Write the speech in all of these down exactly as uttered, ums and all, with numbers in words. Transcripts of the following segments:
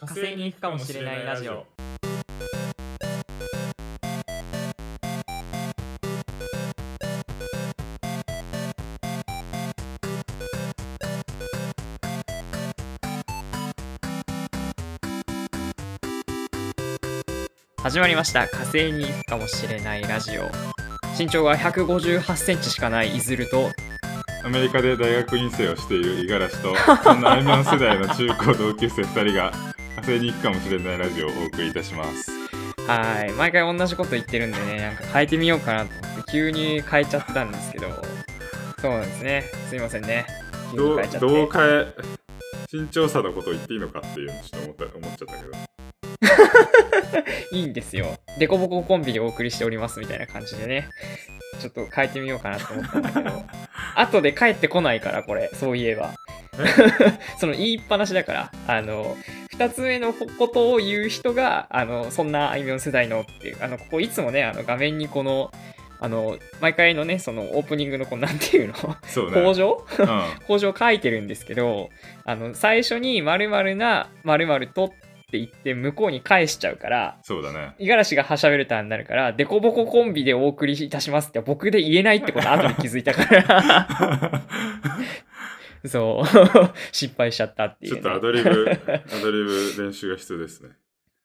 火星に行くかもしれないラジオ。始まりました。火星に行くかもしれないラジオ。身長がひゃくごじゅうはちセンチしかないいずると、 アメリカで大学院生をしている五十嵐と、そんなあいみょん世代の中高同級生ふたりが火星に行くかもしれないラジオをお送りいたします。 はい、毎回同じこと言ってるんでね、なんか変えてみようかなと思って急に変えちゃったんですけど、そうなんですね。すいませんね。急に変えちゃって。 どう変え身長差のことを言っていいのかっていうのちょっと思った思っちゃったけど。 いいんですよ。デコボココンビでお送りしておりますみたいな感じでね、ちょっと変えてみようかなと思ったんだけど、後で帰ってこないから、これ、そういえば。その言いっぱなしだから、あの、二つ目のことを言う人が、あの、そんなあいみょん世代のっていう、あの、ここいつもね、あの、画面にこの、あの、毎回のね、そのオープニングのこう、なんていうのそうね、 工場、 うん、 工場書いてるんですけど、あの、最初に〇〇な〇〇とって言って向こうに返しちゃうから、 そうだね。 五十嵐がはしゃべるターンになるから、デコボココンビでお送りいたしますって僕で言えないってこと後で気づいたからそう失敗しちゃったっていう、ね、 ちょっとアドリブアドリブ練習が必要ですね。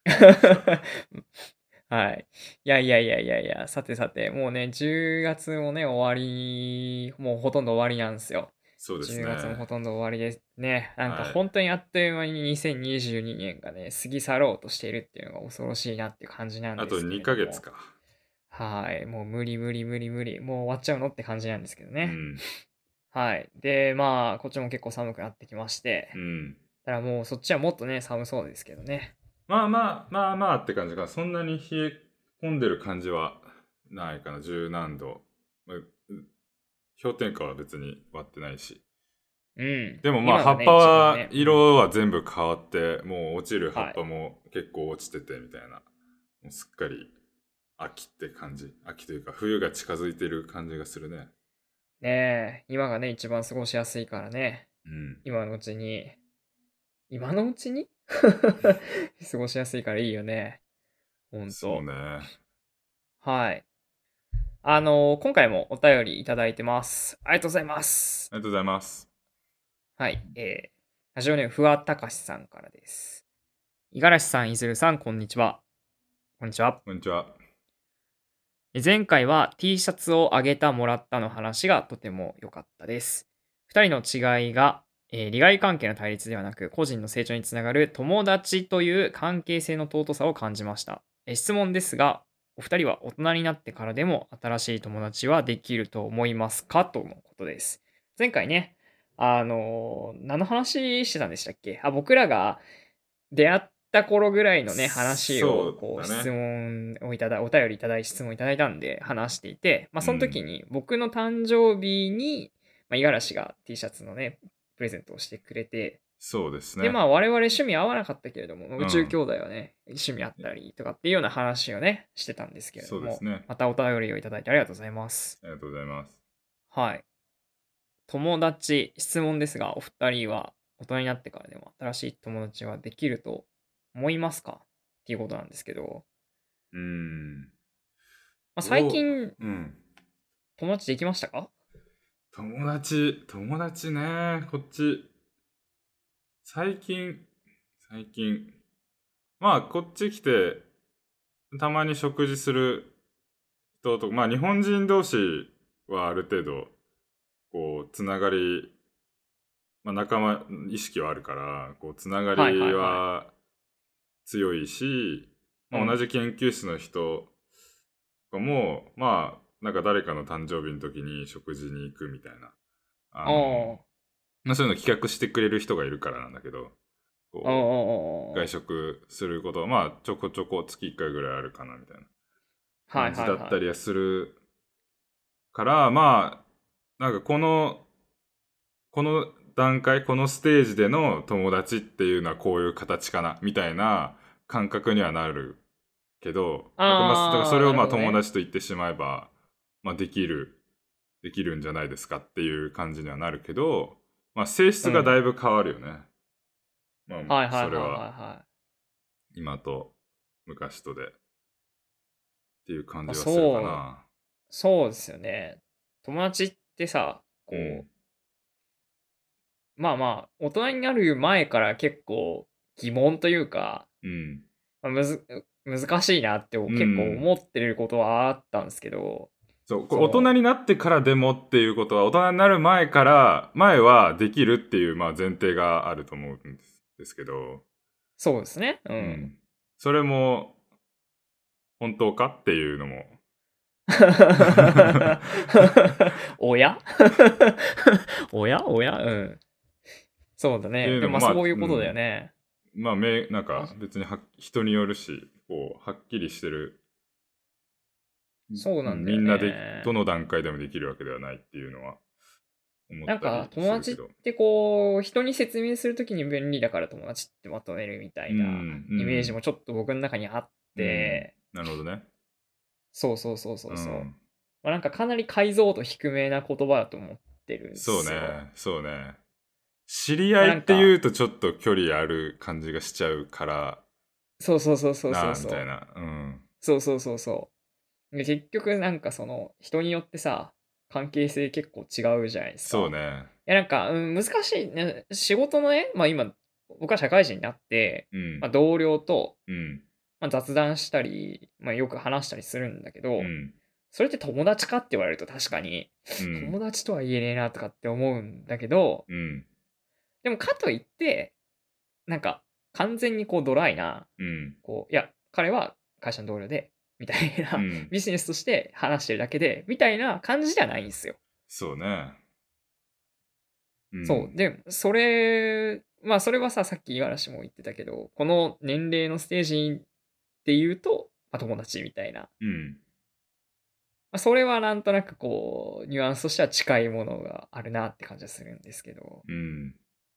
はい。いやいやいやいやいや、さてさて、もうね、じゅうがつもね、終わり、もうほとんど終わりなんですよ。 そうですね。 じゅうがつもほとんど終わりですね。なんかはい本当にあっという間ににせんにじゅうにねんがね、過ぎ去ろうとしているっていうのが恐ろしいなっていう感じなんですけれども。 あとにかげつか。 はい。もう無理無理無理無理。もう終わっちゃうのって感じなんですけどね。 うん。 はい。で、まあ、こっちも結構寒くなってきまして。 うん。 だからもうそっちはもっとね、寒そうですけどね。 まあまあまあまあって感じか。そんなに冷え込んでる感じはないかな。十何度。氷点下は別に割ってないし。 うん。 でもまあ、 今がね葉っぱは、 一番ね色は全部変わって、もう落ちる葉っぱも結構落ちててみたいな。もうすっかり秋って感じ。秋というか冬が近づいてる感じがするね。 ねえ、今がね、一番過ごしやすいからね。 うん。 今のうちに。今のうちに過ごしやすいからいいよね。ほんと。 そうね。 はい。あのー今回もお便りいただいてます。ありがとうございます。 ありがとうございます。 はい。えー、ラジオネームふわたかしさんからです。五十嵐さん、いずるさん、こんにちは。こんにちは。 こんにちは。 え前回は T シャツをあげたもらったの話がとても良かったです。二人の違いが、えー利害関係の対立ではなく、個人の成長につながる友達という関係性の尊さを感じました。えー質問ですが、お二人は大人になってからでも新しい友達はできると思いますかとのことです。前回ね、あのー何の話してたんでしたっけ？あ、僕らが出会った頃ぐらいのね、話を、こう、 そうだね質問をいただ、お便りいただい、質問いただいたんで話していて、まあ、その時に僕の誕生日に、まあ、五十嵐が T シャツのね、プレゼントをしてくれて、 そうですね。 で、まあ、我々趣味合わなかったけれども、 ん宇宙兄弟はね、趣味あったりとかっていうような話をね、してたんですけれども、 そうですね。 またお便りをいただいてありがとうございます。 ありがとうございます。 はい。友達、質問ですが、お二人は大人になってからでも新しい友達はできると思いますかっていうことなんですけど、 うーん。 まあ、最近、 うん。 友達できましたか？ 友達、友達ね、こっち。最近、最近。まあ、こっち来て、たまに食事する人と、まあ、日本人同士はある程度、こう、つながり、まあ、仲間意識はあるから、こう、つながりはいはいはは強いし、まあ、 うん同じ研究室の人とかも、まあ、なんか誰かの誕生日の時に食事に行くみたいな。あの、 おまあ、そういうの企画してくれる人がいるからなんだけど、 ーおーこう、 おーおー外食することは、まあ、ちょこちょこ月いっかいぐらいあるかなみたいな感じはいはいはい。 だったりはするから、まあ、なんかこの、この段階、このステージでの友達っていうのはこういう形かな、みたいな感覚にはなるけど、なんかまあ、だからあー、 それをまあなるほどね。 友達と言ってしまえば、まあできる、できるんじゃないですかっていう感じにはなるけど、まあ性質がだいぶ変わるよね。まあ、 はいはいはいはいそれは。 は今と昔とでっていう感まあ、 じはするかそう、 な。 そうですよね。友達ってさ、こう、 うん。 まあまあ、大人になる前から結構疑問というか、 うん。 まあ、むず、難しいなってう結構ん。 思ってることはあったんですけど、 そう、これ大人その、 になってからでもっていうことは、大人になる前から、前はできるっていう、まあ、前提があると思うんですですけど、 そうですね。うん。 うん。それも本当かっていうのも。 おやおやおやうん。そうだね。でもまあっていうのも、まあ、 そういうことだようん。 ね。 まあ、め、なんあ、 か別には人によるし、こう、はっきりしてる、うん、 そうなんだよみんなで、どね。 の段階でもできるわけではないっていうのは思っなんかたり友達っするけど。 てこう、人に説明するときに便利だから友達ってまとめるみたうん、 いなイメージうん、 もちょっと僕の中にあっうん。 て、 なるほどね。 そうそうそうそうそう。 うん。 まあ、なんかかなり解像度低めな言葉だと思ってるんでそうすよ。 ね、そうね。知り合まあ、 いっていなんか、 うとちょっと距離ある感じがしちゃうからそうそうそうそうそなあ、みうそう。 たいな。うん。 そうそうそうそう。で結局なんかその人によってさ、関係性結構違うじゃないですか。 そうね。 いやなんか、うん、難しい、ね。仕事のね、まあ今、僕は社会人になって、 うん。 まあ、同僚と、 うん。 まあ、雑談したり、まあ、よく話したりするんだけど、 うん。 それって友達かって言われると確かに、 うん。 友達とは言えねえなとかって思うんだけど、 うん。 でもかといって、なんか、完全にこうドライな、 うん。 こう、いや、彼は会社の同僚で、みたいな、 うん。 ビジネスとして話してるだけで、みたいな感じじゃないんですよ。 そうね。うそう。 ん。 で、それ、まあそれはさ、さっき五十嵐も言ってたけど、この年齢のステージで言うと、まあ、友達みたいな。まうん。 あ、それはなんとなくこう、ニュアンスとしては近いものがあるなって感じがするんですけど、 うん。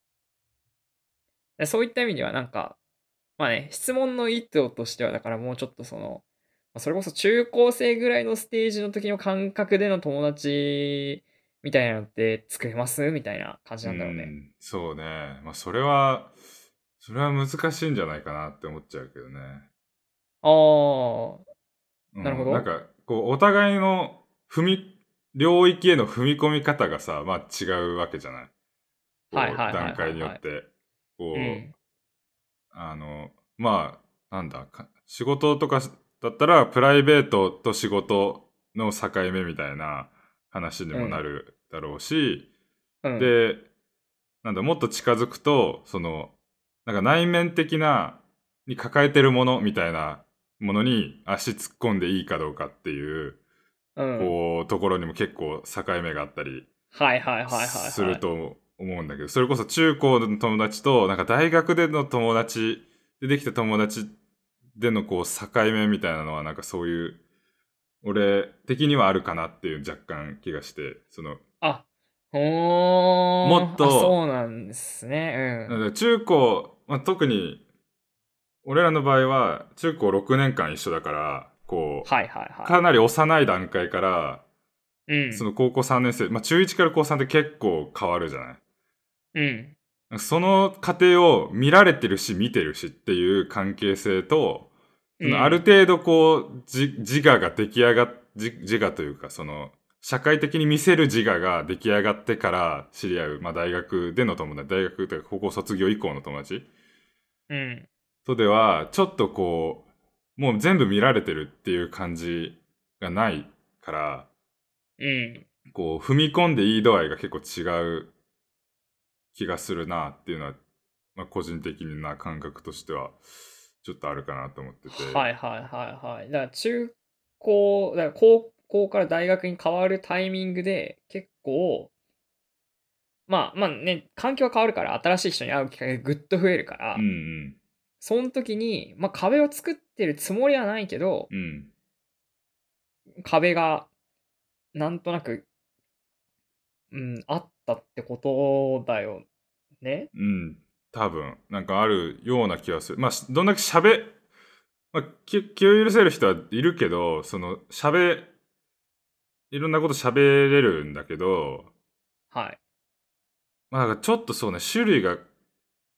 でそういった意味ではなんか、まあね、質問の意図としては、だからもうちょっとその、まあそれこそ中高生ぐらいのステージの時の感覚での友達みたいなのって作れますみたいな感じうなんだろうね。 ん。そうね。まあ、それは、それは難しいんじゃないかなって思っちゃうけどね。 ああ、 うん。なんなるほど。 か、こう、お互いの踏み、領域への踏み込み方がさ、まあ違うわけじゃない。こう、 はいはいはい段階はいはい。 によって。こう、 うん。 あの、まあ、なんだ、か仕事とかだったら、プライベートと仕事の境目みたいな話にもなうん。 るだろうし、 うん。 で、なんだ、もっと近づくと、その、なんか内面的な、に抱えてるものみたいなものに足突っ込んでいいかどうかっていう、 うん。 こう、ところにも結構境目があったりはいはいはいはいすはい。 ると思うんだけど、それこそ中高の友達と、なんか大学での友達でできた友達でのこう境目みたいなのは、なんかそういう、俺的にはあるかなっていう若干気がして、その、 あ、ほもっーん。あ、そと、 うなんですね。 なんか中高、まあ、特に俺らの場合は中高ろくねんかん一緒だから、こはいはいう、 はい。 かなり幼い段階から、 うん。 その高校さんねん生、まあ中いちから高さんって結構変わるじゃない。 うん。 その過程を見られてるし見てるしっていう関係性と、そのあるうん。 程度こう、じ自我が出来上がっ、自自我というか、その、社会的に見せる自我が出来上がってから知り合う、まあ大学での友達、大学というか高校卒業以降の友達うん。 とでは、ちょっとこう、もう全部見られてるっていう感じがないから、 うん。 こう、踏み込んでいい度合いが結構違う気がするなっていうのは、まあ、個人的な感覚としては、ちょっとあるかなと思ってて。 はいはいはいはい。だから中高、だから高校から大学に変わるタイミングで結構、まあまあね、環境が変わるから新しい人に会う機会がぐっと増えるかうんら、 うん。 その時に、まあ壁を作ってるつもりはないけど、 うん。 壁がなんとなく、うん、あったってことだよね。 うん。多分、なんかあるような気がする。まあ、しどんだけ喋、まあ、気気を許せる人はいるけど、その、喋、いろんなこと喋れるんだけど、 はい。 まあ、なんかちょっとそうね、種類が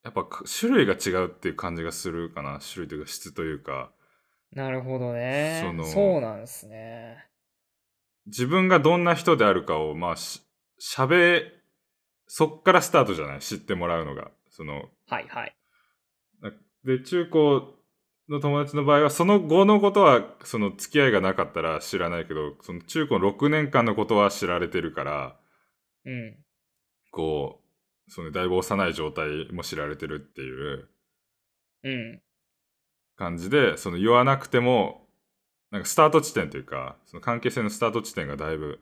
やっぱか種類が違うっていう感じがするかな。種類というか質というか、 なるほどそね。その、 うなんですね。 自分がどんな人であるかを、まあ、し、喋、そっからスタートじゃない、知ってもらうのが。その、 はいはい。 なで、中高の友達の場合は、その後のことは、その付き合いがなかったら知らないけど、その中高ろくねんかんのことは知られてるから、 うん。 こう、そのだいぶ幼い状態も知られてるっていううん。 感じで、その言わなくても、なんかスタート地点というか、その関係性のスタート地点がだいぶ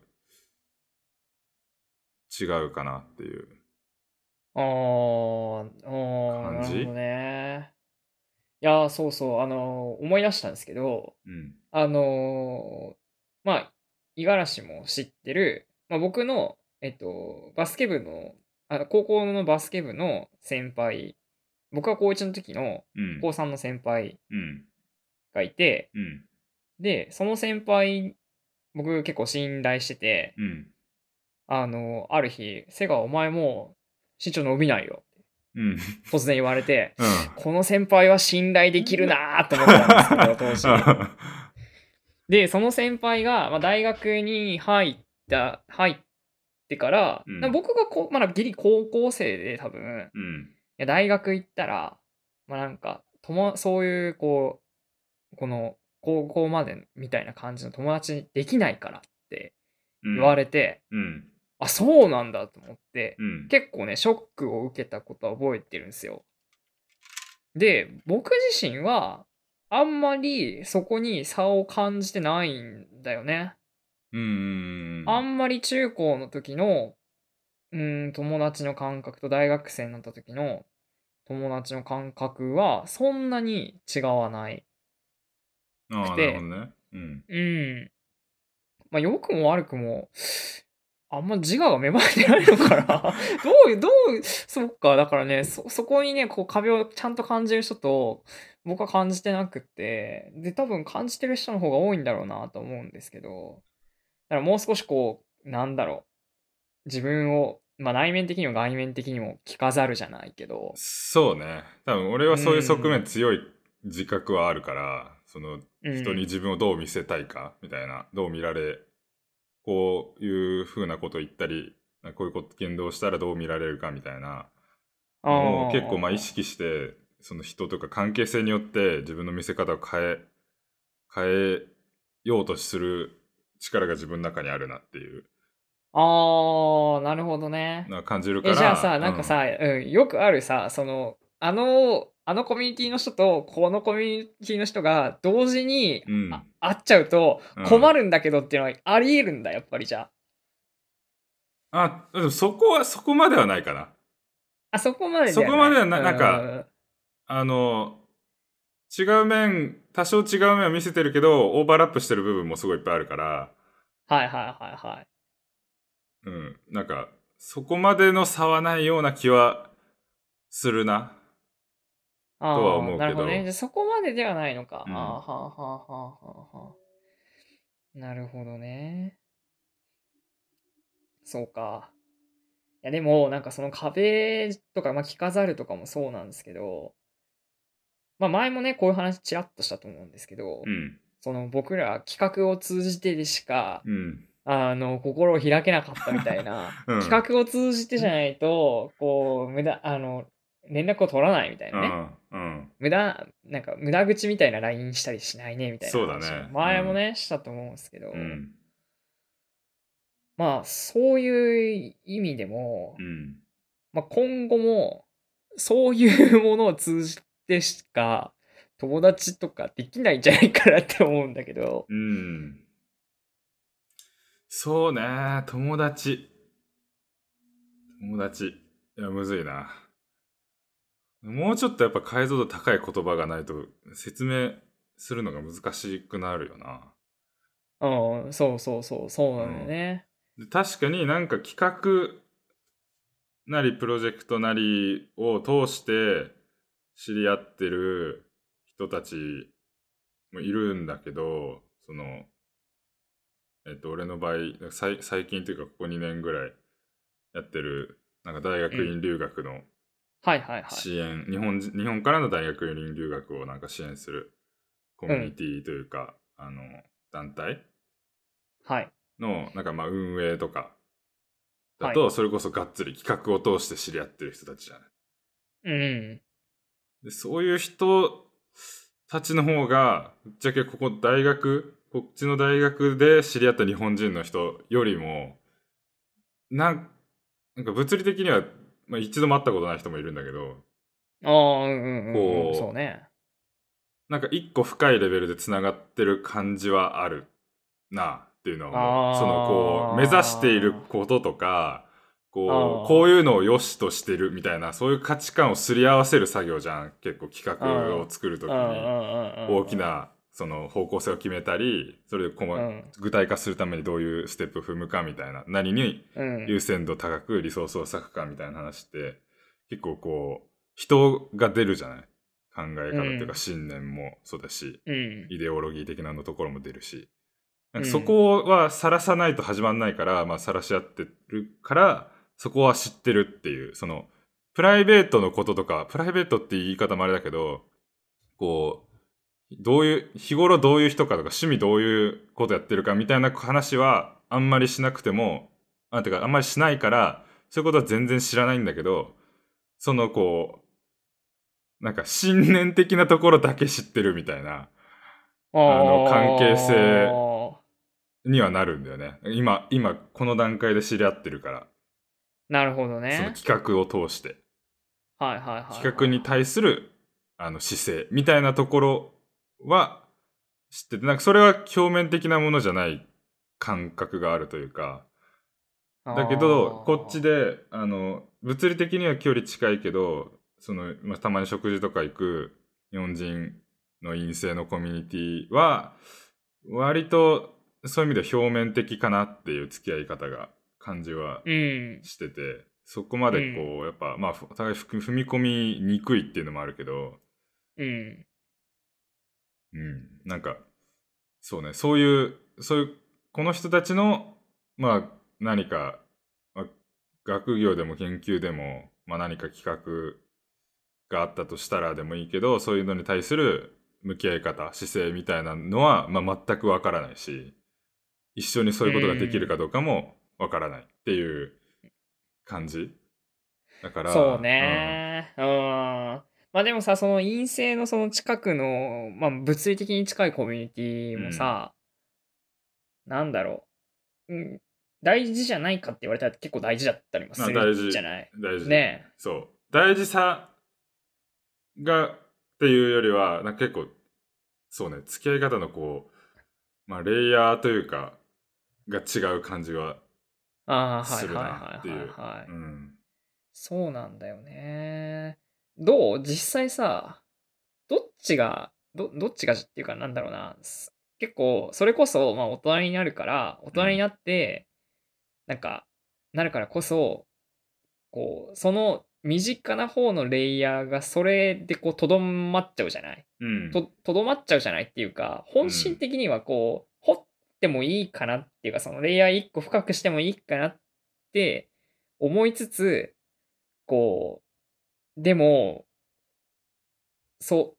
違うかなっていうあー、あー、なるほど感じ。 ね。いやー、そうそう、あのー思い出したんですけど、 うん。 あのーまあ、五十嵐も知ってる、まあ、僕の、えっと、バスケ部の、あ、高校のバスケ部の先輩、僕が高いちの時のうん。 高さんの先輩うん。 がいて、 うん。 で、その先輩、僕結構信頼してて、 うん。 あの、ある日、セガお前もう身長伸びないよ。 うん。 突然言われて、 うん。 この先輩は信頼できるなーと思ったんですけど、当時。で、その先輩が、まあ、大学に入った、入ってから、 うん。 な僕がこまだギリ高校生で多分、 うん。 いや大学行ったら、まあなんか、とも、そういう、こう、この、高校までみたいな感じの友達できないからって言わうん。 れて、 うん。 あ、そうなんだと思って、 うん。 結構ね、ショックを受けたことは覚えてるんですよ。で、僕自身は、あんまりそこに差を感じてないんだよね。 うん。 あんまり中高の時の、うーん、友達の感覚と大学生になった時の友達の感覚はそんなに違わないくああ、なるほどて、 ね。うん。 うん。まあ、良くも悪くも、あんま自我が芽生えてないのかな。どういう、どういう、そっか、だからね、そ、そこにね、こう壁をちゃんと感じる人と、僕は感じてなくって、で、多分感じてる人の方が多いんだろうなと思うんですけど、だからもう少しこう、なんだろう、自分を、まあ内面的にも外面的にも着飾るじゃないけど、 そうね。多分俺うはそういう側面ん、 強い自覚はあるから、その人にうん、 自分をどう見せたいかみたいな、どう見られ、こういう風なこと言ったり、こういうこと言動したらどう見られるかみたいなあのを結構まあ意あ、 識して、その人とか関係性によって自分の見せ方を変え、変えようとする力が自分の中にあるなっていうああ、なるほどね。 のは感じるえ、 から、 じゃあさ、なんかさ、うん、よくあるさ、その、あの、あのコミュニティの人と、このコミュニティの人が同時にうん、うあん、 会っちゃうとうん。 困るんだけどっていうのはあり得るんだ、やっぱりじゃあ、でもそこは、そこまではないかな。 あ。あそこまででそはない。うこまではな、なんか、 ーん。 あの、違う面、多少違う面を見せてるけど、オーバーラップしてる部分もすごいいっぱいあるから、 はいはいはいはい。 うん、なんか、そこまでの差はないような気はするな、とはああ、 思うなるほどね。じけど、 ゃあそこまでではないのか。ああ、 うん、 はあはあはあはあはあ。なるほどね。そうか。いやでも、なんかその壁とか、まあ、着飾るとかもそうなんですけど、まあ前もね、こういう話ちらっとしたと思うんですけど、 うん、 その僕ら企画を通じてでしか、 うん、 あの、心を開けなかったみたいな、 うん、 企画を通じてじゃないと、こう、無駄、あの、連絡を取らないみたいなね。 うん、うん、 無駄、なんか無駄口みたいな ライン したりしないねみたいなそうだ話をね、うん、 前もね、したと思うんですけど、 うん、 まあそういう意味でも、 うん、 まあ、今後も、そういうものを通じてしか、友達とかできないんじゃないかなって思うんだけど。 うん。そうね、友達。友達。いや、むずいな。もうちょっとやっぱ解像度高い言葉がないと説明するのが難しくなるよな。 うん、そうそうそう、そうなんだようん。 ね。 で確かになんか企画なりプロジェクトなりを通して知り合ってる人たちもいるんだけど、その、えっと、俺の場合、最最近というかここにねんぐらいやってる、なんか大うん、 学院留学のはいはいはい。 支援、日本人日本からの大学院留学をなんか支援するコミュニティというか、あの、団体はい。 の、なんかまあ運営とかだはい。 と、それこそがっつり企画を通して知り合ってる人たちじゃない。 うん。 で、そういう人たちの方が、ぶっちゃけここ大学、こっちの大学で知り合った日本人の人よりも、なん、なんか物理的には、まあ、一度も会ったことない人もいるんだけど、 ああ、うんうんうんうん。そうこね。 う、なんか一個深いレベルで繋がってる感じはあるなっていうのは思う。そのこう、目指しているあこととか、 あ。 こう、こうあいうのを良しとしてるみたいな、そういう価値観をすり合わせる作業じゃん。結構企あ。うん。 画を作るとうんうきに、大きんうんうんな、その方向性を決めたり、それでこうん。ううん。 具体化するためにどういうステップを踏むかみたいな、何にうん。 優先度高くリソースを割くかみたいな話って、結構こう、人が出るじゃない。考え方っていうかうん。 信念もそうだし、 うん。 イデオロギー的なのところも出るし。なんかそうん。 こは晒さないと始まんないから、まあ晒し合ってるから、そこは知ってるっていう、その、プライベートのこととか、プライベートっていう言い方もあれだけど、こう、どういう、日頃どういう人かとか、趣味どういうことやってるかみたいな話は、あんまりしなくても、あ、てか、あんまりしないから、そういうことは全然知らないんだけど、そのこう、なんか信念的なところだけ知ってるみたいな、あの、関係性ああ。 にはなるんだよね。今、今、この段階で知り合ってるから、 なるほどそのね。 企画を通して、 はいはいはい企画にはいはい。 対する、あの、姿勢みたいなところは知ってて、なんかそれは表面的なものじゃない感覚があるというか、だけど、こっちああ。 で、あの、物理的には距離近いけど、その、まあ、たまに食事とか行く日本人の陰性のコミュニティは、割とそういう意味では表面的かなっていう付き合い方が感じはうん。 してて、そこまでこうん。 う、やっぱ、まあ、お互い踏み込みにくいっていうのもあるけど、 うん。 うん、なんか、そうね、そういう、そういう、この人たちの、まあ、何か、まあ、学業でも研究でも、まあ何か企画があったとしたらでもいいけど、そういうのに対する向き合い方、姿勢みたいなのは、まあ全くわからないし、一緒にそうういうことができるかん。 どうかもわからないっていう感じ。だかそうら、うん、 ね。うん。まあでもさ、その陰性のその近くの、まあ物理的に近いコミュニティうん。 もさ、なんだろう。うん。大事じゃないかって言われたら結構大事だったりもまあする大事、 じゃない。 大事。 ねそう。大事さが、っていうよりは、なんか結構、そうね、付き合い方のこう、まあレイヤーというか、が違う感じはえ。ああ、はいするなはいはいっていう。 はいはい。 うん。 そうなんだよね。どう実際さ、どっちが、ど、どっちがっていうかなんだろうな。す結構、それこそ、まあ大人になるから、大うん。 人になって、なんか、なるからこそ、こう、その身近な方のレイヤーがそれでこう、とどまっちゃうじゃないうん。 と、とどまっちゃうじゃないっていうか、本心うん。 的にはこう、掘ってもいいかなっていうか、そのレイヤー一個深くしてもいいかなって思いつつ、こう、でも、そう、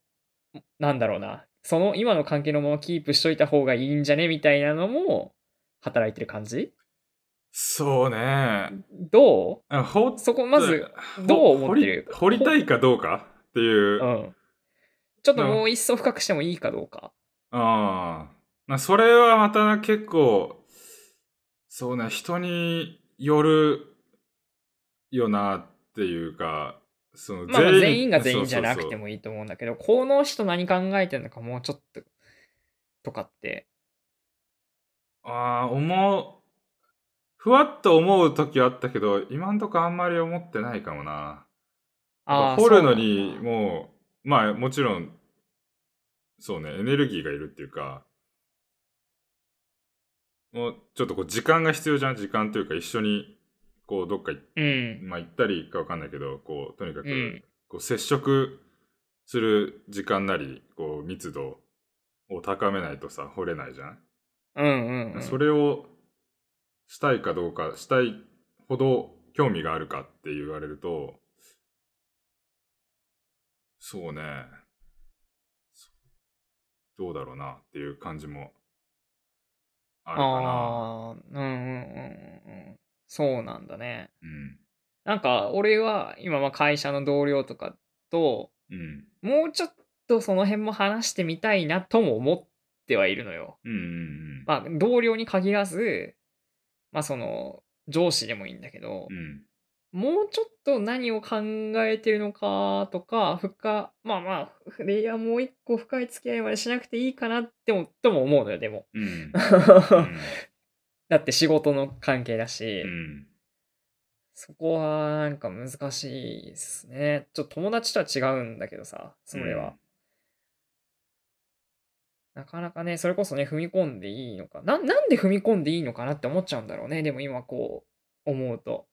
なんだろうな。その今の関係のままキープしといた方がいいんじゃねみたいなのも、働いてる感じそうね。 どあほうそこ、まっ、 ず、 ほ、 どう思掘り、 ってる掘りたほ、 いかどうかっていう、 うん。ちょっとな、 もう一層深くしてもいいかどうか。 ああ、な、それはまた結構、そうね、人によるよなっていうか、そのまあまあ全員全員がに、そう全員じゃそうそう。 なくてもいいと思うんだけど、この人何考えてるのかもうちょっと、とかって。 ああ、思う、ふわっと思う時はあったけど、今んとこあんまり思ってないかもな。やっぱああ、 掘るそうのになんだ。 もう、まあもちろん、そうね、エネルギーがいるっていうか、もうちょっとこう時間が必要じゃん。時間というか一緒にこうどっかい、 うん。 まあ行ったりかわかんないけど、こうとにかくうん。 こう接触する時間なり、こう密度を高めないとさ、掘れないじゃん。 うんうんうそん。 れをしたいかどうか、したいほど興味があるかって言われると、 そうね。どうだろうなっていう感じもあるかな。 ああ、うんうんうんうん。そうなんだね。 うん。 なんか、俺は今、まあ会社の同僚とかと、 うん。 もうちょっとその辺も話してみたいなとも思ってはいるのよ。 うんうんまあ、同僚に限らず、まあその、上司でもいいんだけど、 うん。うん。 もうちょっと何を考えてるのかとか、深、まあまあ、いや、もう一個深い付き合いまでしなくていいかなっても、とも思うのよ、でも。 うん。うん。 だって仕事の関係だし、 うん。 そこはなんか難しいですね。ちょっと友達とは違うんだけどさ、それは。なかなかね、それこそね、踏み込んでいいのか。な、なんで踏み込んでいいのかなって思っちゃうんだろうね。でも今こう、思うと。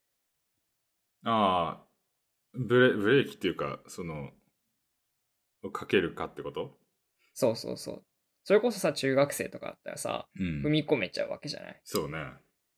ああ、ブレ、ブレーキっていうか、その、かけるかってこと？ そうそうそう。それこそさ、中学生とかだったらさ、 うん。 踏み込めちゃうわけじゃない。 そうね。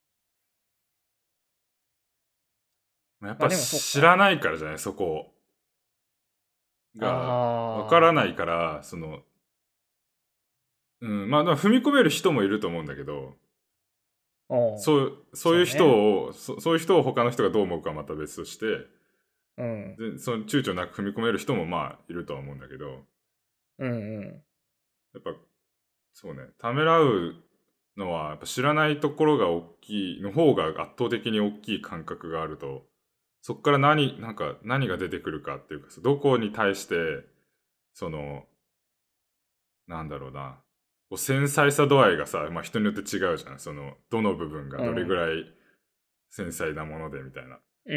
やっぱまあでもそっか。 知らないからじゃない、そこが。わからないあから、その、うん、まあ、でも踏み込める人もいると思うんだけど、 あ、おう、 そう、そういう人そうね。 を、そ、そういう人を他の人がどう思うかはまた別として、 うん。 で、その躊躇なく踏み込める人もまあいるとは思うんだけど、 うんうん。 やっぱ、そうね、ためらうのは、やっぱ知らないところが大きい、の方が圧倒的に大きい感覚があると、そこから何、なんか何が出てくるかっていうか、どこに対して、その、なんだろうな、こう繊細さ度合いがさ、まあ、人によって違うじゃん。その、どの部分がどれぐうん。 らい繊細なものでみたいな。 うん。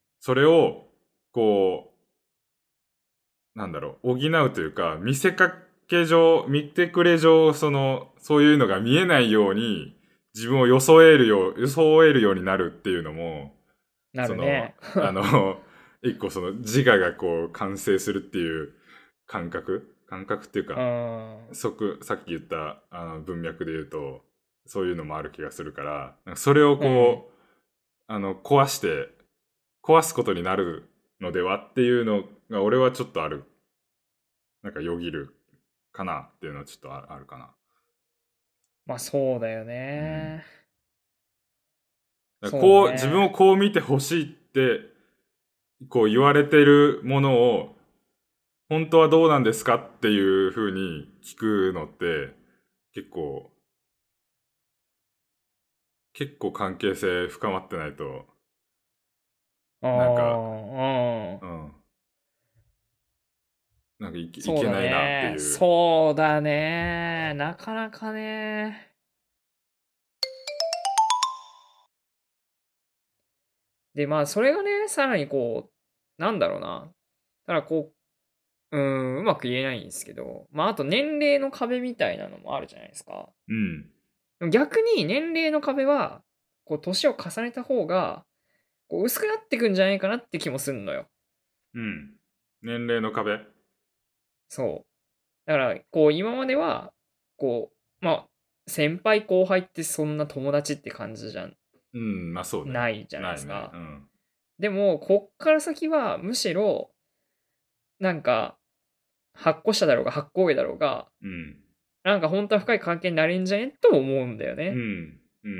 それを、こう、なんだろう、補うというか、見せかけ上、見てくれ上、その、そういうのが見えないように、自分を装えるよう、装えるようになるっていうのも、 なその、 るね。 あの、一個その自我がこう完成するっていう感覚感覚っていううか、 ん。 即、さっき言ったあの文脈で言うと、そういうのもある気がするから、なんかそれをうん。 こう、あの、壊して、壊すことになるのではっていうのが、俺はちょっとある。なんかよぎるかなっていうのはちょっとああるかな。 まあそうだようん。 ね。 だからそうこう、自分ね。 をこう見てほしいって、こう言われてるものを、本当はどうなんですかっていう風に聞くのって、結構、結構関係性深まってないと、 あなんか、 あ、うん。 うん、なんかいけ、いそうだけないなってね。 いう。 そうだね。なかなかね。で、まあ、それがね、さらにこう、なんだろうな。ただこう、うーん、うまく言えないんですけど、まあ、あと年齢の壁みたいなのもあるじゃないですか。 うん、 逆に年齢の壁は、こう、年を重ねた方が、こう、薄くなってくんじゃないかなって気もすんのよ。 うん。年齢の壁。 そう。だから、こう、今までは、こう、まあ、先輩後輩ってそんな友達って感じじゃうん、まあそうね。 ないじゃないないね。 ですか。 うん。 でも、こっから先は、むしろ、なんか、はっこ下だろうが、はっこ上だろうが、 うん。 なんか本当は深い関係になれんじゃねと思うんだようん。 ね。 うん。うん。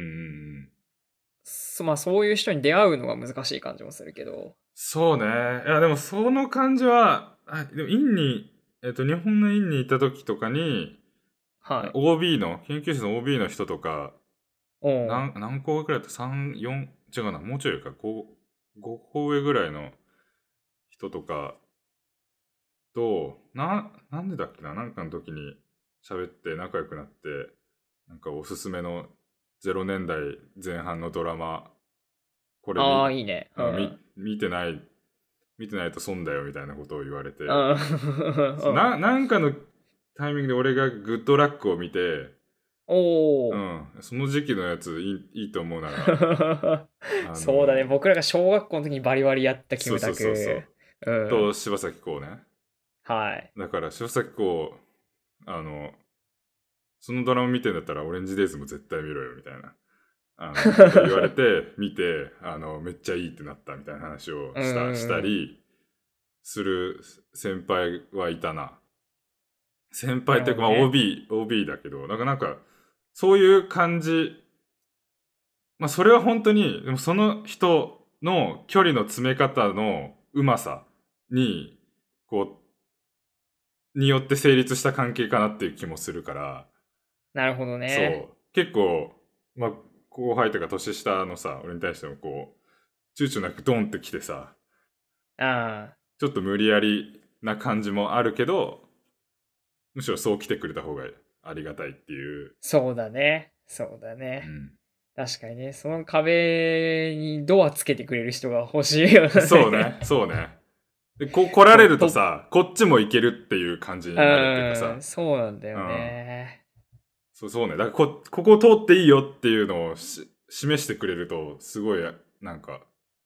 そまあ、そういう人に出会うのが難しい感じもするけど。 そうね。いや、でもその感じは、あ、でも院に、えっと、日本の院にいた時とかに、 はい。 オービー の、研究室の オービー の人とか、 おう。 何、何個くらいだった？ さん、よん、違うな、もうちょいか、ご、ご個上ぐらいの人とかと、な、なんでだっけな、なんかの時に喋って仲良くなって、なんかおすすめのゼロねんだいぜん半のドラマ、これああ、 見、 いいね。うあ見、 ん。 見てない、見てないと損だよみたいなことを言われて、 うん。 そうな、なんかのタイミングで俺がグッドラックを見て、うおお。 ん、その時期のやついい、いいと思うなら、あそうだね。 の、 僕らが小学校の時にバリバリやったキそうそムタうそうそう。 ク。うん。 と、柴咲コウね。 はい。 だから、柴咲コウ、あの、そのドラマ見てんだったら、オレンジデイズも絶対見ろよ、みたいな、あの、こと言われて、見て、あの、めっちゃいいってなったみたいな話をうんした、したうんり、 する先輩はいたな。先な輩っていうか、まあるほどね。 オービー、オービー だけど、なんかなんか、そういう感じ、まあそれは本当に、でもその人の距離の詰め方のうまさに、こう、によって成立した関係かなっていう気もするから、 なるほどね。 そう、結構、まあ後輩とか年下のさ、俺に対してもこう、躊躇なくドンって来てさ、 ああ、 ちょっと無理やりな感じもあるけど、むしろそう来てくれた方がありがたいっていう。 そうだね。そうだね。 うん。 確かにね、その壁にドアつけてくれる人が欲しいよね。 そうね、そうね。で、こ、来られそう、と、 るとさ、こっちも行けるっていう感じうになるっていうかん、 さ、 そうなんだようん。 ね。 そうそうね。だからこ、ここ通っていいよっていうのをし示してくれると、すごい、なんか、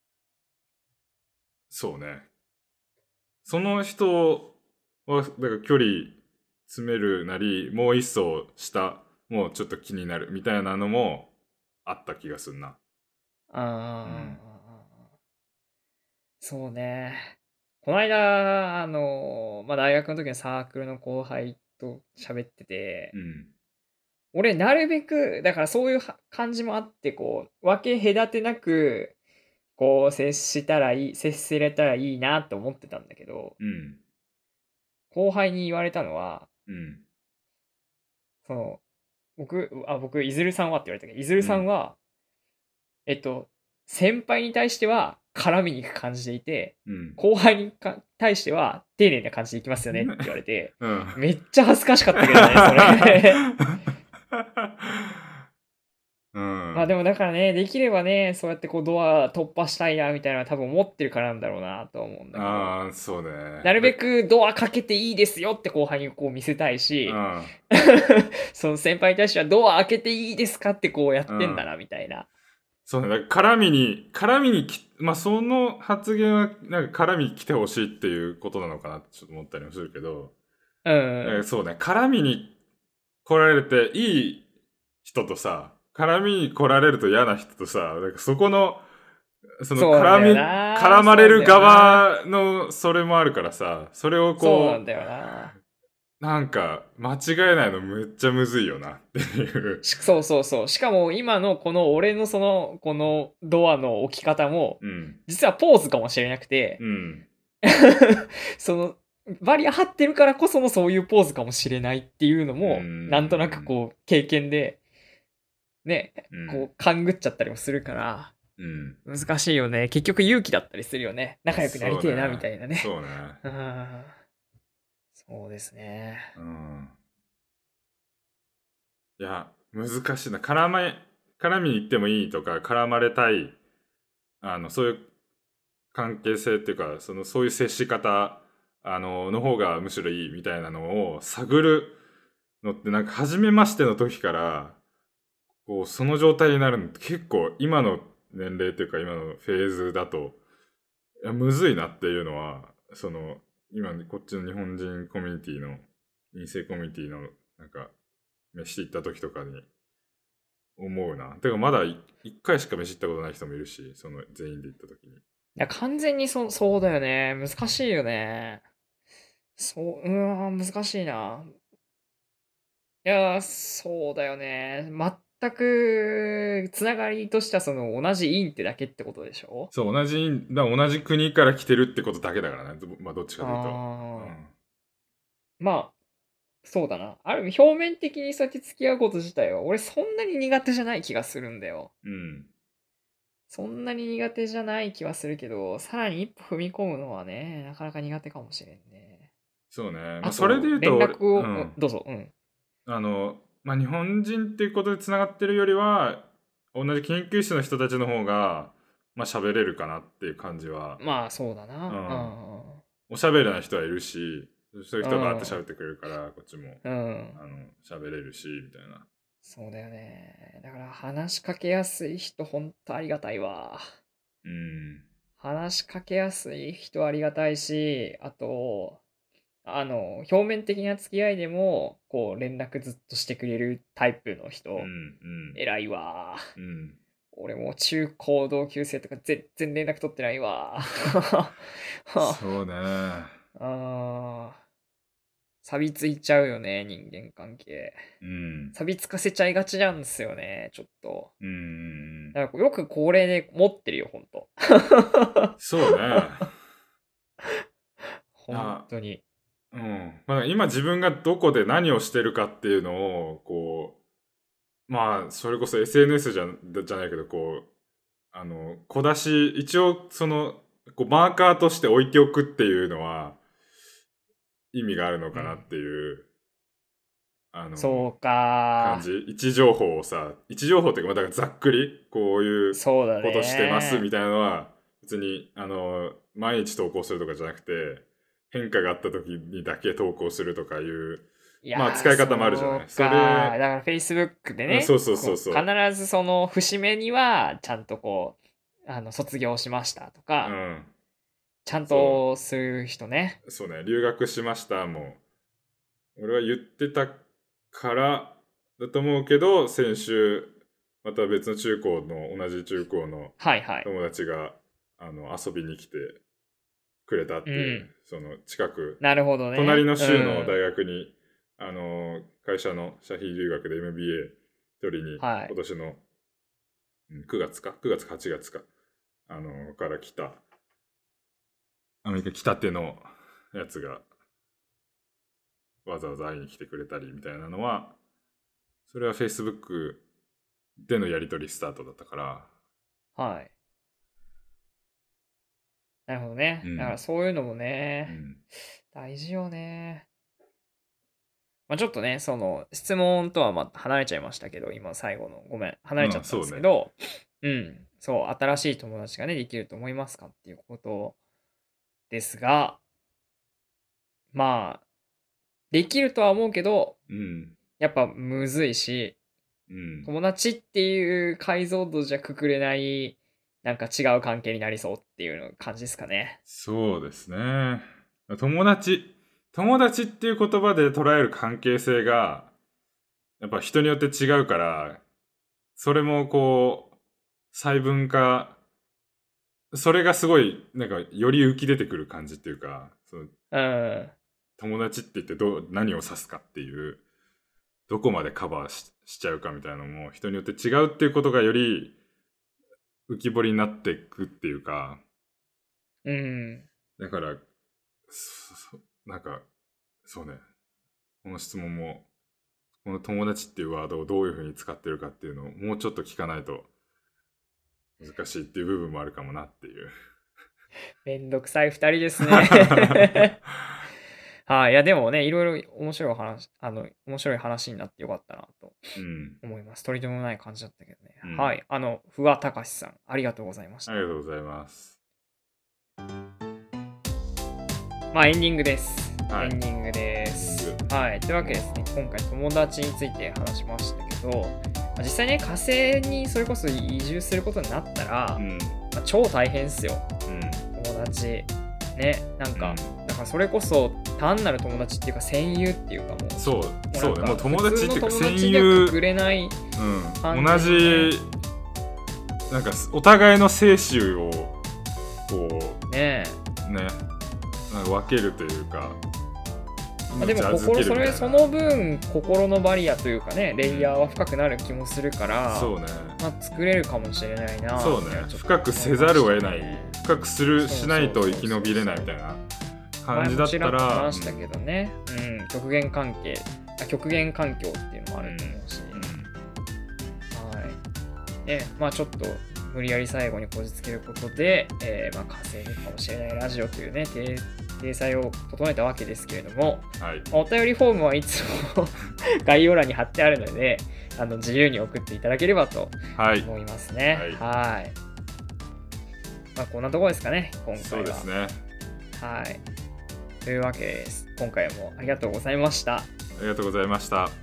そうね。その人は、だから距離詰めるなり、もう一層下、もうちょっと気になるみたいなのもあった気がするな。うん。 ああ、そうね。この間、あの、まあ、大学の時のサークルの後輩と喋ってて、 うん。 俺、なるべく、だからそういうは感じもあって、こう、分け隔てなく、こう、接したらいい、接せれたらいいなって思ってたんだけど、 うん。 後輩に言われたのは、 うん。 その、僕、あ、僕、いずるさんはって言われたけど、いずるうん。 さんは、えっと、先輩に対しては絡みに行く感じでいて、 うん。 後輩にか対しては丁寧な感じでいきますよねって言われて、 うん。 めっちゃ恥ずかしかったけどね、それ。 うん。 まあでもだからね、できればね、そうやってこうドア突破したいなみたいなのは多分思ってるからなんだろうなと思うんだけど、 ああ、そうね。 なるべで、 くドアかけていいですよって後輩にこう見せたいし、 うん。 その先輩に対してはドア開けていいですかってこうやっうん。 てんだなみたいな。 そうね。だから絡みに、絡みにき、まあ、その発言は、なんか絡みに来てほしいっていうことなのかなってちょっと思ったりもするけど、 うん。 なんかそうね。絡みに来られていい人とさ、絡みに来られると嫌な人とさ、なんかそこの、そのそうなんだよ絡み、絡な。 まれるそうなんだよな。 側のそれもあるからさ、それをこそうなんだよな。 う、なんか間違えないのむっちゃむずいよなっていう。 しそうそうそう。しかも今のこの俺のその、このドアの置き方も、 うん。 実はポーズかもしれなくて、 うん。 その、バリア張ってるからこそのそういうポーズかもしれないっていうのうも、なんとなくん。 こう、経験で、ね、 うん。 こう、勘ぐっちゃったりもするから、 うん。 難しいよね。結局勇気だったりするよね。仲良くなりそうね。 てえな、みたいなね。 そうね。 うん。そうですね。 うん。いや、難しいな。絡まえ、絡みに行ってもいいとか、絡まれたい、あの、そういう関係性っていうか、その、そういう接し方、あの、の方がむしろいいみたいなのを探るのって、なんか、初めましての時から、こう、その状態になるのって結構、今の年齢というか、今のフェーズだと、いや、むずいなっていうのは、その、今、こっちの日本人コミュニティの、陰性コミュニティの、なんか、飯行った時とかに思うな。てか、まだい一回しか飯行ったことない人もいるし、その全員で行った時に。 いや、完全にそ、そうだよね。難しいよね。そう、うーん、難しいな。いや、そうだよね。全く、つながりとしてはその同じインってだけってことでしょ？ そう、同じ、だ同じ国から来てるってことだけだからね。どまあ、どっちかというと。うああ、 ん。 まあ、そうだな。ある意味表面的にそうやって付き合うこと自体は、俺そんなに苦手じゃない気がするんだよ。 うん。 そんなに苦手じゃない気はするけど、さらに一歩踏み込むのはね、なかなか苦手かもしれんね。 そうね。まあ、それであと、連言うと、俺、 絡を、うんうん。 どうぞ、うん。 あの、まあ、日本人っていうことで繋がってるよりは、同じ研究室の人たちの方が、まあ、喋れるかなっていう感じは、 まあ、そうだうな。うん。 ん。 おしゃべりな人はいるし、そういうう人がバーってん。 喋ってくれるから、こっちも、 うん。 あの、喋れるし、みたいな。 そうだよね。だから話しかけやすい人、ほんとありがたいわ。 うん。 話しかけやすい人ありがたいし、あと、あの、表面的な付き合いでも、こう、連絡ずっとしてくれるタイプのうん。う人、 ん。 偉いわ。 うん。 俺も中高同級生とか全然連絡取ってないわ。 そうね。 ああ。錆びついちゃうよね、人間関係。 うん。 錆びつかせちゃいがちなんですよね、ちょっと。 うん。 だからよくこれで持ってるよ、ほんと。 そうね。 本当に。 うん。まあ、今自分がどこで何をしてるかっていうのを、こう、まあ、それこそ エスエヌエス じゃ、じゃないけど、こう、あの、小出し、一応、その、こうマーカーとして置いておくっていうのは、意味があるのかなっていう、うん、あの、 そうか感じ。位置情報をさ、位置情報っていうか、まあ、だからざっくり、こういうことしてますみたいなのは、別に、あの、毎日投稿するとかじゃなくて、変化があった時にだけ投稿するとかいう、まあ使い方もあるじゃない。 それだから Facebook でね、うん、 そうそうそうそう、 必ずその節目にはちゃんとこうあの卒業しましたとか、うん、ちゃんとする人ね。 そうね、留学しましたもう俺は言ってたからだと思うけど、先週また別の中高の同じ中高の友達が、はいはい、あの遊びに来てくれたっていう、うん、その近く、 なるほどね、 隣の州の大学に、うん、あの会社の社費留学で エムビーエー 取りに、はい、今年のくがつかくがつかはちがつかあのから来たアメリカ来たてのやつがわざわざ会いに来てくれたりみたいなのは、それは Facebook でのやり取りスタートだったから。 はい。なるほどね。うん、だからそういうのもね、うん、大事よね。まあ、ちょっとね、その質問とはまた離れちゃいましたけど、今最後のごめん、離れちゃったんですけど、うん、そうね、うん、そう、新しい友達がね、できると思いますかっていうことですが、まあ、できるとは思うけど、うん、やっぱむずいし、うん、友達っていう解像度じゃくくれない、なんか違う関係になりそうっていう感じですかね。 そうですね。友達、友達っていう言葉で捉える関係性が、やっぱ人によって違うから、それもこう、細分化、それがすごい、なんか、より浮き出てくる感じっていうか、そのうん、友達って言ってどう何を指すかっていう、どこまでカバー し, しちゃうかみたいなのも人によって違うっていうことがより浮き彫りになっていくっていうか、うん、だからなんかそうね、この質問もこの友達っていうワードをどういうふうに使ってるかっていうのをもうちょっと聞かないと難しいっていう部分もあるかもなっていう。 めんどくさいふたりですね。はい、いやでもね、いろいろ面白い話、あの面白い話になってよかったなと思います。うん、取り留めもない感じだったけどね。うん、はい、あの不破隆さん、ありがとうございました。 ありがとうございます。 まあエンディングです。はい、エンディングです。はい、というわけですね、今回友達について話しましたけど、実際ね、火星にそれこそ移住することになったら、うんまあ、超大変っすよ、うん、友達ね、なんか、うん、だからそれこそ単なる友達っていうか戦友っていうかもうそうそうね、もう友達っていうか戦友くれない、 うん、同じなんかお互いの生死をこうねねなんか分けるというか、 まあ、でも心それその分心のバリアというかね、レイヤーは深くなる気もするから、そうね、まあ、作れるかもしれないな。 そうね、深くせざるを得ない、深くするしないと生き延びれないみたいな感じだったら、前もちらっと話したけどね、うんうん、極限関係極限環境っていうのもあると思うし、うん、はいね、まあちょっと無理やり最後にこじつけることで、えー、まあ稼ぐかもしれないラジオというね体裁を整えたわけですけれども、はい、お便りフォームはいつも概要欄に貼ってあるので、あの自由に送っていただければと思いますね。はい。はい、まあこんなところですかね、今回は。 そうですね。 はい。というわけです。今回もありがとうございました。ありがとうございました。